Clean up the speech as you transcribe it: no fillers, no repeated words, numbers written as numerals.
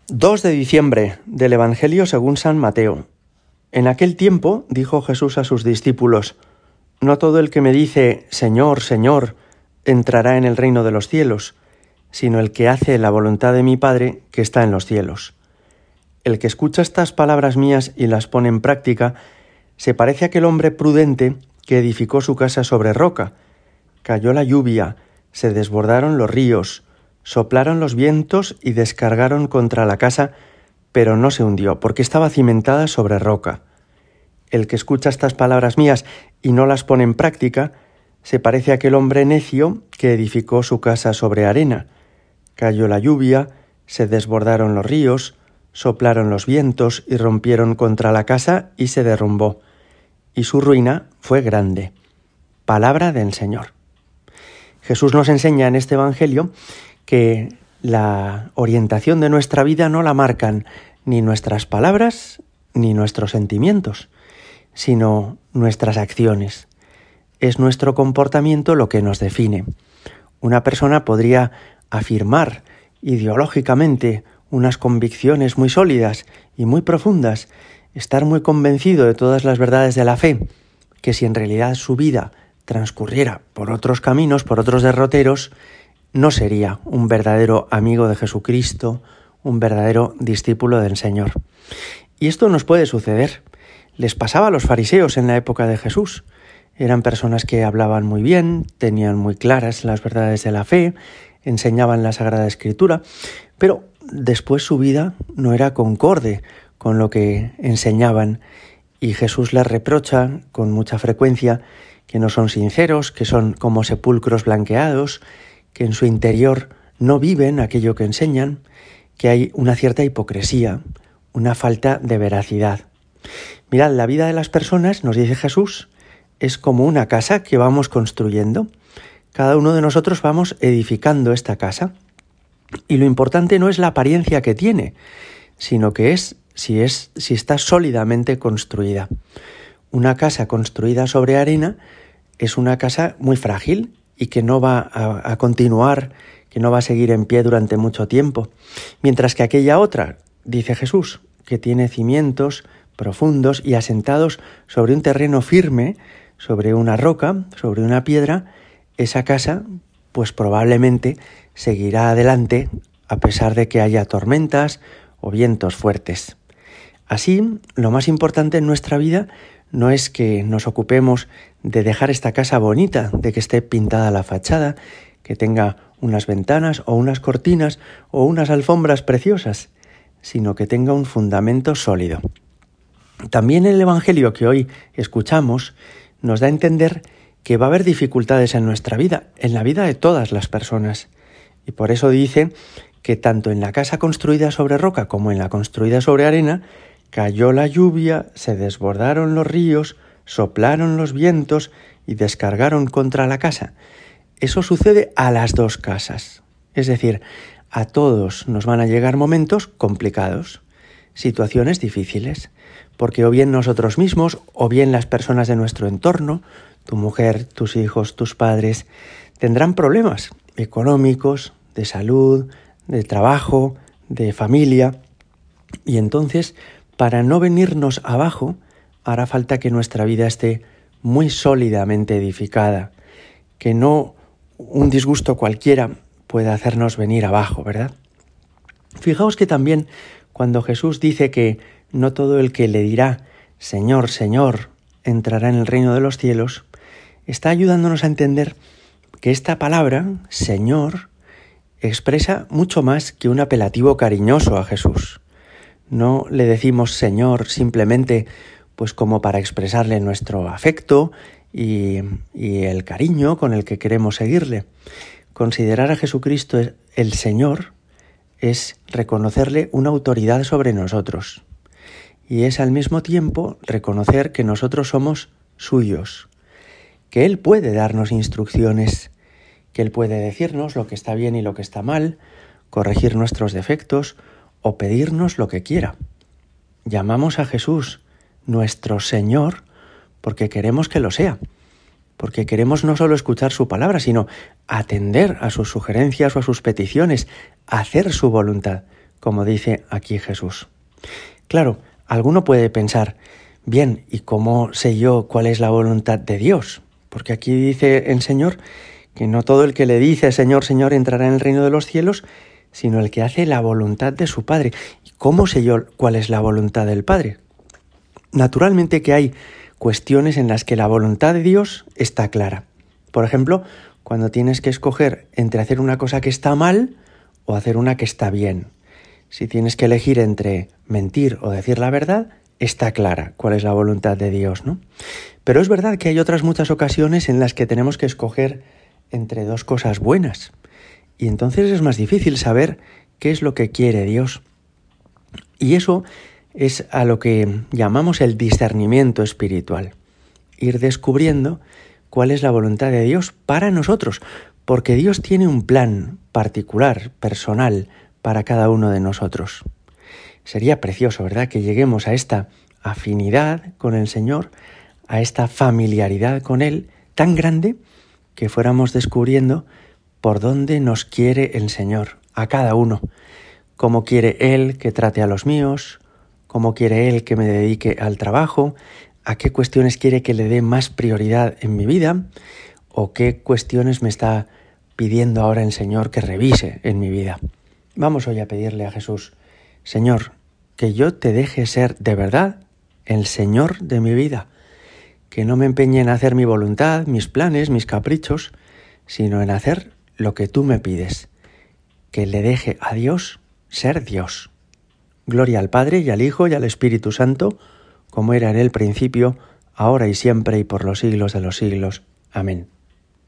2 de diciembre del Evangelio según San Mateo. En aquel tiempo dijo Jesús a sus discípulos: No todo el que me dice Señor, Señor, entrará en el reino de los cielos, sino el que hace la voluntad de mi Padre que está en los cielos. El que escucha estas palabras mías y las pone en práctica, se parece a aquel hombre prudente que edificó su casa sobre roca. Cayó la lluvia, se desbordaron los ríos, soplaron los vientos y descargaron contra la casa, pero no se hundió, porque estaba cimentada sobre roca. El que escucha estas palabras mías y no las pone en práctica, se parece a aquel hombre necio que edificó su casa sobre arena. Cayó la lluvia, se desbordaron los ríos, soplaron los vientos y rompieron contra la casa y se derrumbó. Y su ruina fue grande. Palabra del Señor. Jesús nos enseña en este Evangelio que la orientación de nuestra vida no la marcan ni nuestras palabras ni nuestros sentimientos, sino nuestras acciones. Es nuestro comportamiento lo que nos define. Una persona podría afirmar ideológicamente unas convicciones muy sólidas y muy profundas, estar muy convencido de todas las verdades de la fe, que si en realidad su vida transcurriera por otros caminos, por otros derroteros, no sería un verdadero amigo de Jesucristo, un verdadero discípulo del Señor. Y esto nos puede suceder. Les pasaba a los fariseos en la época de Jesús. Eran personas que hablaban muy bien, tenían muy claras las verdades de la fe, enseñaban la Sagrada Escritura, pero después su vida no era concorde con lo que enseñaban, y Jesús les reprocha con mucha frecuencia que no son sinceros, que son como sepulcros blanqueados, que en su interior no viven aquello que enseñan, que hay una cierta hipocresía, una falta de veracidad. Mirad, la vida de las personas, nos dice Jesús, es como una casa que vamos construyendo. Cada uno de nosotros vamos edificando esta casa. Y lo importante no es la apariencia que tiene, sino que es si está sólidamente construida. Una casa construida sobre arena es una casa muy frágil y que no va a continuar, que no va a seguir en pie durante mucho tiempo. Mientras que aquella otra, dice Jesús, que tiene cimientos profundos y asentados sobre un terreno firme, sobre una roca, sobre una piedra, esa casa, pues probablemente seguirá adelante a pesar de que haya tormentas o vientos fuertes. Así, lo más importante en nuestra vida no es que nos ocupemos de dejar esta casa bonita, de que esté pintada la fachada, que tenga unas ventanas o unas cortinas o unas alfombras preciosas, sino que tenga un fundamento sólido. También el Evangelio que hoy escuchamos nos da a entender que va a haber dificultades en nuestra vida, en la vida de todas las personas. Y por eso dice que tanto en la casa construida sobre roca como en la construida sobre arena, cayó la lluvia, se desbordaron los ríos, soplaron los vientos y descargaron contra la casa. Eso sucede a las dos casas. Es decir, a todos nos van a llegar momentos complicados, situaciones difíciles, porque o bien nosotros mismos o bien las personas de nuestro entorno, tu mujer, tus hijos, tus padres, tendrán problemas económicos, de salud, de trabajo, de familia. Y entonces, para no venirnos abajo, hará falta que nuestra vida esté muy sólidamente edificada, que no un disgusto cualquiera pueda hacernos venir abajo, ¿verdad? Fijaos que también cuando Jesús dice que no todo el que le dirá Señor, Señor, entrará en el reino de los cielos, está ayudándonos a entender que esta palabra, Señor, expresa mucho más que un apelativo cariñoso a Jesús. No le decimos Señor simplemente pues como para expresarle nuestro afecto y el cariño con el que queremos seguirle. Considerar a Jesucristo el Señor es reconocerle una autoridad sobre nosotros y es al mismo tiempo reconocer que nosotros somos suyos, que Él puede darnos instrucciones, que Él puede decirnos lo que está bien y lo que está mal, corregir nuestros defectos o pedirnos lo que quiera. Llamamos a Jesús nuestro Señor porque queremos que lo sea, porque queremos no solo escuchar su palabra, sino atender a sus sugerencias o a sus peticiones, hacer su voluntad, como dice aquí Jesús. Claro, alguno puede pensar, bien, ¿y cómo sé yo cuál es la voluntad de Dios? Porque aquí dice el Señor que no todo el que le dice Señor, Señor entrará en el reino de los cielos, sino el que hace la voluntad de su Padre. ¿Y cómo sé yo cuál es la voluntad del Padre? Naturalmente que hay cuestiones en las que la voluntad de Dios está clara. Por ejemplo, cuando tienes que escoger entre hacer una cosa que está mal o hacer una que está bien. Si tienes que elegir entre mentir o decir la verdad, está clara cuál es la voluntad de Dios, ¿no? Pero es verdad que hay otras muchas ocasiones en las que tenemos que escoger entre dos cosas buenas. Y entonces es más difícil saber qué es lo que quiere Dios. Y eso es a lo que llamamos el discernimiento espiritual. Ir descubriendo cuál es la voluntad de Dios para nosotros, porque Dios tiene un plan particular, personal, para cada uno de nosotros. Sería precioso, ¿verdad?, que lleguemos a esta afinidad con el Señor, a esta familiaridad con Él tan grande que fuéramos descubriendo por dónde nos quiere el Señor, a cada uno. Cómo quiere Él que trate a los míos, cómo quiere Él que me dedique al trabajo, a qué cuestiones quiere que le dé más prioridad en mi vida, o qué cuestiones me está pidiendo ahora el Señor que revise en mi vida. Vamos hoy a pedirle a Jesús, Señor, que yo te deje ser de verdad el Señor de mi vida, que no me empeñe en hacer mi voluntad, mis planes, mis caprichos, sino en hacer lo que tú me pides, que le deje a Dios ser Dios. Gloria al Padre y al Hijo y al Espíritu Santo, como era en el principio, ahora y siempre y por los siglos de los siglos. Amén.